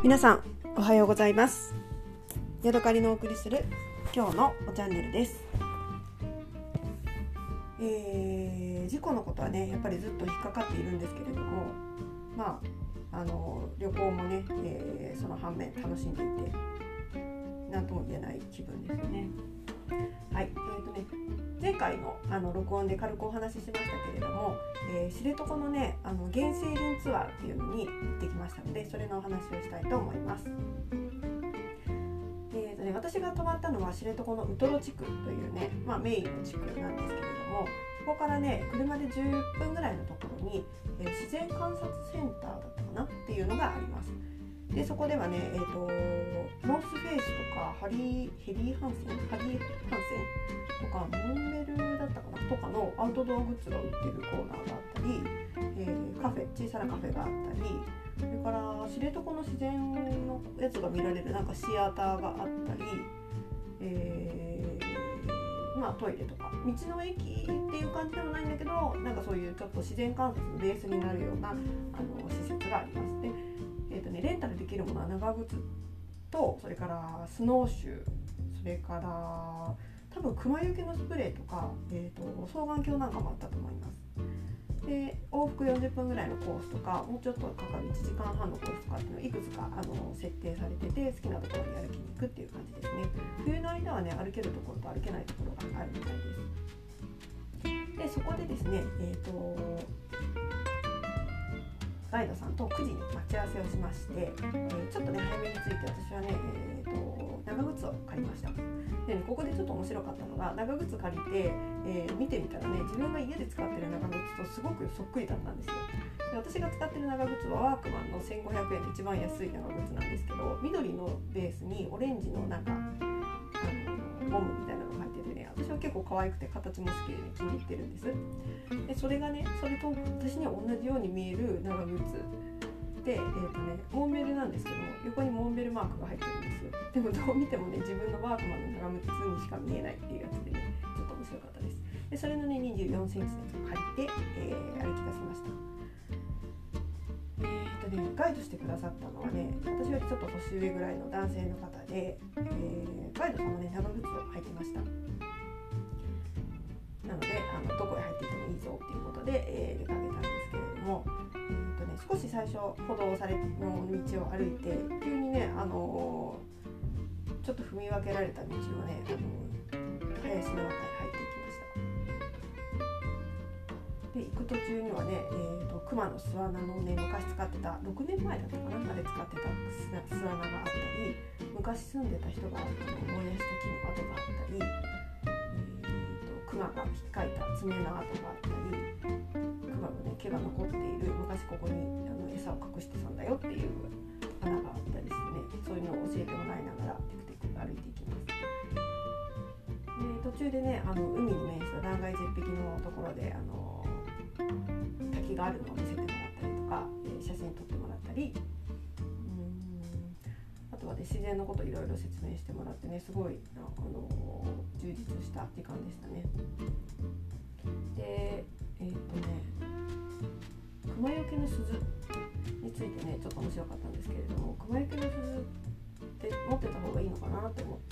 皆さんおはようございます。ヤドカリのお送りする今日のおチャンネルです。事故のことはねやっぱりずっと引っかかっているんですけれども、旅行もね、その反面楽しんでいて何とも言えない気分ですよね。はい、前回の録音で軽くお話ししましたけれども、知床のね原生林ツアーっていうのに行ってきましたので、それのお話をしたいと思います。私が泊まったのは知床のウトロ地区というね、メインの地区なんですけれども、そこからね車で10分ぐらいのところに、自然観察センターだったかなっていうのがあります。でそこではね、ノースフェイスとかヘリーハンセンとかモンベルだったかなとかのアウトドアグッズが売ってるコーナーがあったり、小さなカフェがあったり、それから知床の自然のやつが見られるなんかシアターがあったり、トイレとか道の駅っていう感じでもないんだけど、なんかそういうちょっと自然観察のベースになるような施設があります。でレンタルできるものは長靴と、それからスノーシュー、それから多分熊よけのスプレーとか、双眼鏡なんかもあったと思います。で往復40分ぐらいのコースとか、もうちょっとかかる1時間半のコースとかっていうのをいくつか設定されてて、好きなところに歩きに行くっていう感じですね。冬の間はね歩けるところと歩けないところがあるみたいです。でそこでですね、ガイドさんと9時に待ち合わせをしまして、ちょっとね早めに着いて、私はね、長靴を借りました。でね、ここでちょっと面白かったのが、長靴借りて、見てみたらね、自分が家で使ってる長靴とすごくそっくりだったんですよ。で私が使ってる長靴はワークマンの1500円で一番安い長靴なんですけど、緑のベースにオレンジのなんかゴムみたいなのが入っててね、私は結構可愛くて形も好きでね気に入ってるんです。でそれがね、それと私には同じように見える長靴で、モンベルなんですけども、横にモンベルマークが入ってるんですよ。でもどう見てもね、自分のワークマンの長靴にしか見えないっていうやつでね、ちょっと面白かったです。でそれのね24センチの借りて、歩き出しました。ガイドしてくださったのはね、私よりちょっと年上ぐらいの男性の方で、ガイドさんはね長靴を履いてました。なのでどこへ入っていてもいいぞっていうことで、出かけたんですけれども、少し最初歩道されの道を歩いて、急にねちょっと踏み分けられた道をね林の中に入っていきました。で行く途中にはね、熊の巣穴のね、昔使ってた6年前だったかなまで使ってた巣穴があったり、昔住んでた人が燃やした木の跡があったり、熊が引っかいた爪の跡があったり、熊のね毛が残っている、昔ここに餌を隠してたんだよっていう穴があったりしてね、そういうのを教えてもらいながらテクテク歩いていきます。で途中でね海に面した断崖絶壁のところで滝があるのを見せてもらったりとか、写真撮ってもらったり、あとはね自然のこといろいろ説明してもらってね、すごい充実した時間でしたね。で熊よけの鈴についてねちょっと面白かったんですけれども、熊よけの鈴って持ってた方がいいのかなと思って、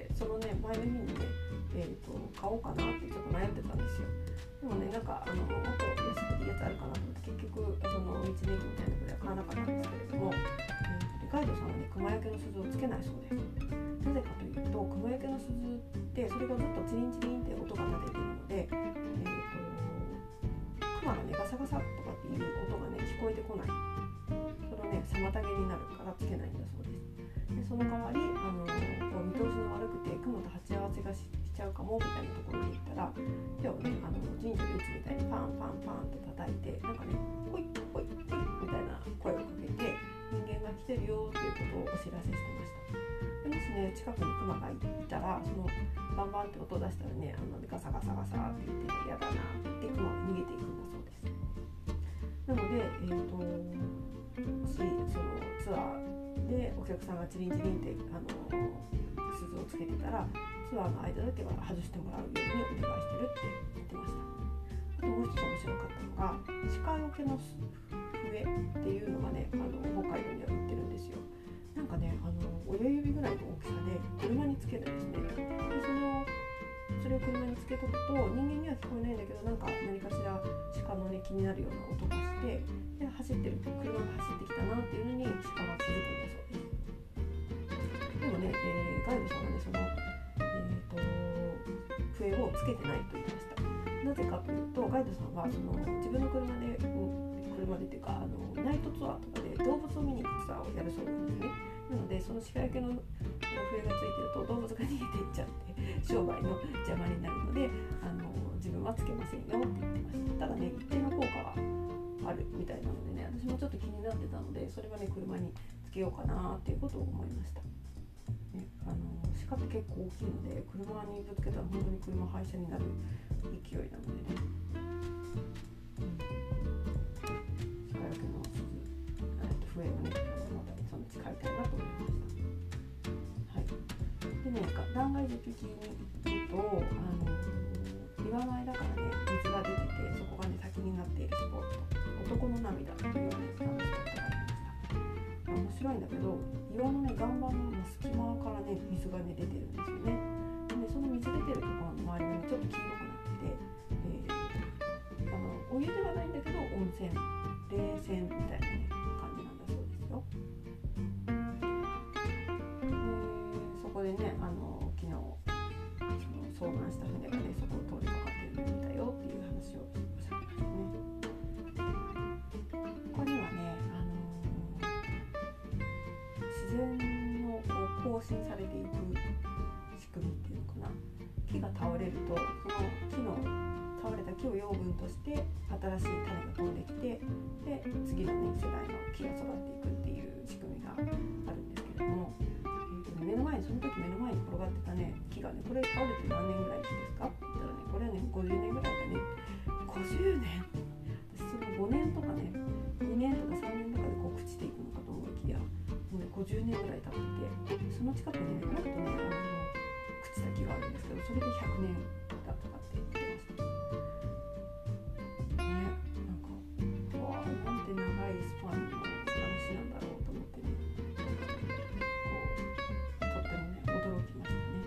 そのね前の日にね、買おうかなってちょっと悩んでたんですよ。でもねなんかもっと安くていいやつあるかなと思って、結局その道の駅みたいなのでは買わなかったんですけれども、ガイドさんはね熊よけの鈴をつけないそうです。なぜかというと、熊よけの鈴ってそれがずっとチリンチリンって音が立てているので、熊がねガサガサとかっていう音がね聞こえてこない、そのね妨げになるからつけないんだそうです。でその代わり見通しの悪くて雲と鉢合わせが しちゃうかもみたいなところに行ったら、手をね神社で打つみたいにパンパンパンって叩いて、なんかねホイッホイッホイッみたいな声をかけて、人間が来てるよっていうことをお知らせしてました。でもしね近くに熊がいたら、そのバンバンって音を出したらねガサガサガサって言ってね、嫌だなって熊が逃げていくんだそうです。なので、もしそのツアーでお客さんがチリンチリンって鈴をつけてたら、ツアーの間だけは外してもらうようにお願いしてるって言ってました。あともう一つ面白かったのが、鹿よけの笛っていうのがね北海道には売ってるんですよ。 なんかね親指ぐらいの大きさで車につけるんですね。でそれを車につけとくと人間には聞こえないんだけど何かしら鹿のね気になるような音がしてで走ってると車が走ってきたなっていうのに鹿が気づくんだそうです。でもね、ガイドさんはねその、笛をつけてないと言いました。なぜかというとガイドさんはその自分の車でっていうかナイトツアーとかで動物を見に行くツアーをやるそうなんですね。なのでその鹿焼けの笛がついてると動物が逃げていっちゃって商売の邪魔になるので自分はつけませんよって言ってました。ただね一定の効果はあるみたいなのでね私もちょっと気になってたのでそれはね車につけようかなっていうことを思いました。ね、鹿って結構大きいので車にぶつけたら本当に車廃車になる勢いなのでね、鹿焼けの笛をねまたそのうち買いたいなと思いました。はい、でね断崖絶壁に行くと岩の間からね水が出ててそこがね滝になっているスポット男の涙というねスポットがありました。面白いんだけど岩のね岩盤の隙間からね水がね出てるんですよね。でその水出てるところの周りが、ね、ちょっと黄色くなってて、お湯ではないんだけど温泉冷泉みたいな、ね、感じなんだそうですよ。そこでね昨日その遭難した船がねそこを通りかかってるのを見たよっていう話をおっしゃってましたね。他にはね自然のこう更新されていく仕組みっていうのかな。木が倒れるとその倒れた木を養分として新しい種が飛んできてで次の、ね、世代の木が育っていくっていう仕組みがあるんですけれども、その時目の前に転がってたね木がねこれ倒れて何年ぐらいの木ですかって言ったらねこれはね50年ぐらいだね。50年私その5年とかね2年とか3年とかでこう朽ちていくのかと思いきやもう、ね、50年ぐらい経っててその近くにねもっとね朽ちた木があるんですけどそれで100年だとかって言ってました。なんて長いスパンの話なんだろうと思ってねとってもね驚きましたね。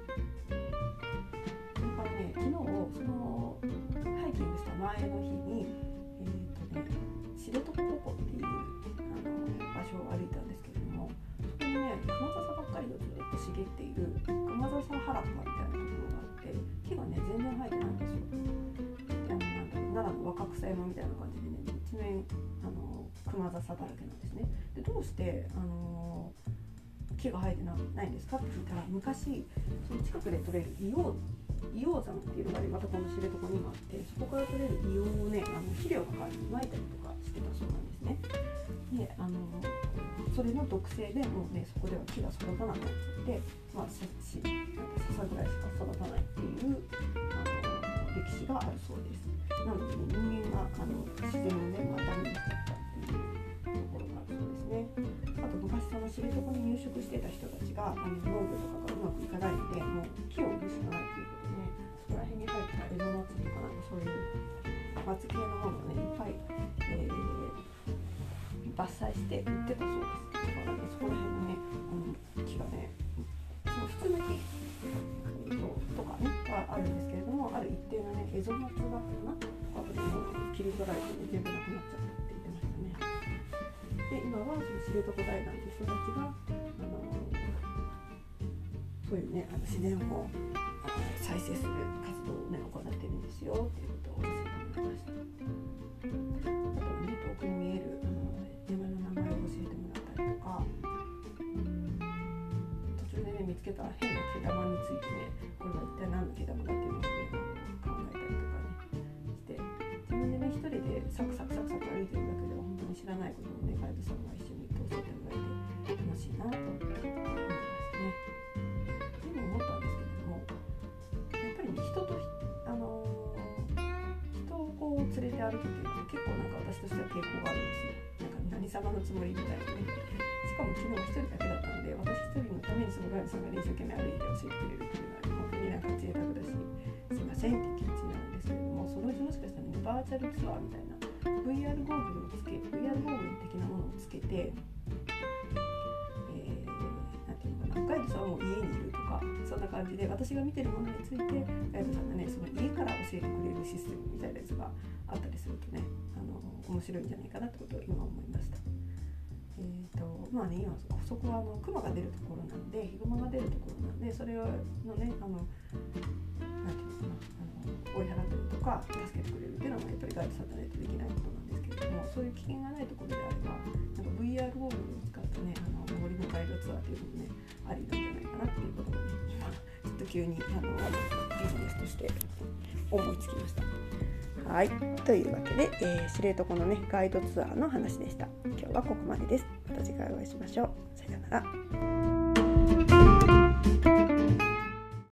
それからね昨日そのハイキングした前の日に知床湖っていう場所を歩いたんですけれどもそこにねクマザサばっかりがずっと茂っているクマザサ原っぱみたいなところがあって木がね全然生えてないんですよ。奈良の若草山みたいな感じでね一面クマザサだらけなんですね。でどうして木が生えてないんですかって聞いたら昔その近くで採れる硫黄山っていうのがまたこの知床にもあってそこから採れる硫黄をね肥料の代わりに撒いたりとかしてたそうなんですね。でそれの毒性でもうねそこでは木が育たなくなっちゃって、笹ぐらいしか育たないっていう歴史があるそうです。なので、ね、人間が自然をねダメにしちゃったっていうところがあるそうですね。あと昔その知床に入植してた人たちが農業とかがうまくいかないのでもう木を売るしかないということでねそこら辺に生えてたエゾマツとかそういう松系のものをねいっぱい、伐採して売ってたそうです。だからねそこら辺のね木がね普通の木とかねはあるんですけれどもある一定のねエゾマツが切り取られて、ね、全部なくなっちゃったって言ってましたね。で今はその知床財団という人たちがそういうね自然を再生する活動をね行ってるんですよっていうことを教えてもらいました。あとはね遠くに見える山の名前を教えてもらったりとか途中でね見つけた変な毛玉についてねこれは一体何の毛玉だっていうのをね考えたりとかねして自分でね一人でサクサク歩いてるだけでは本当に知らないことをねガイドさんが一緒に教えてもらえて楽しいなと思ってますね。でも思ったんですけれどもやっぱりね人をこう連れて歩くっていうのは結構なんか私としては抵抗があるんですよ。なんか何様のつもりみたいなね。しかも昨日は一人だけだったので私一人のためにそのガイドさんが一生懸命歩いて教えてくれるっていうのは本当になんか贅沢だしすいませんっていう気持ちになるんですけれどもそのうちもしかしたらねバーチャルツアーみたいな VR ゴーグル的なものをつけて、 ガイドさんはもう家にいるとか、そんな感じで私が見てるものについてガイドさんがねその家から教えてくれるシステムみたいなやつがあったりするとね面白いんじゃないかなってことを今思いました。まあね、今そこは熊が出るところなんで、ヒグマが出るところなんで、それのねなんていうのかな追い払ったりとか助けてくれるっていうのはやっぱりガイドさんじゃないとできないことなんですけれども、そういう危険がないところであればなんか VR ゴーグルを使ったね森のガイドツアーっていうのもねありなんじゃないかなっていうことをね今ちょっと急にビジネスとして思いつきました。はい、というわけで、知床のねガイドツアーの話でした。今日はここまでです。また次回お会いしましょう。さようなら。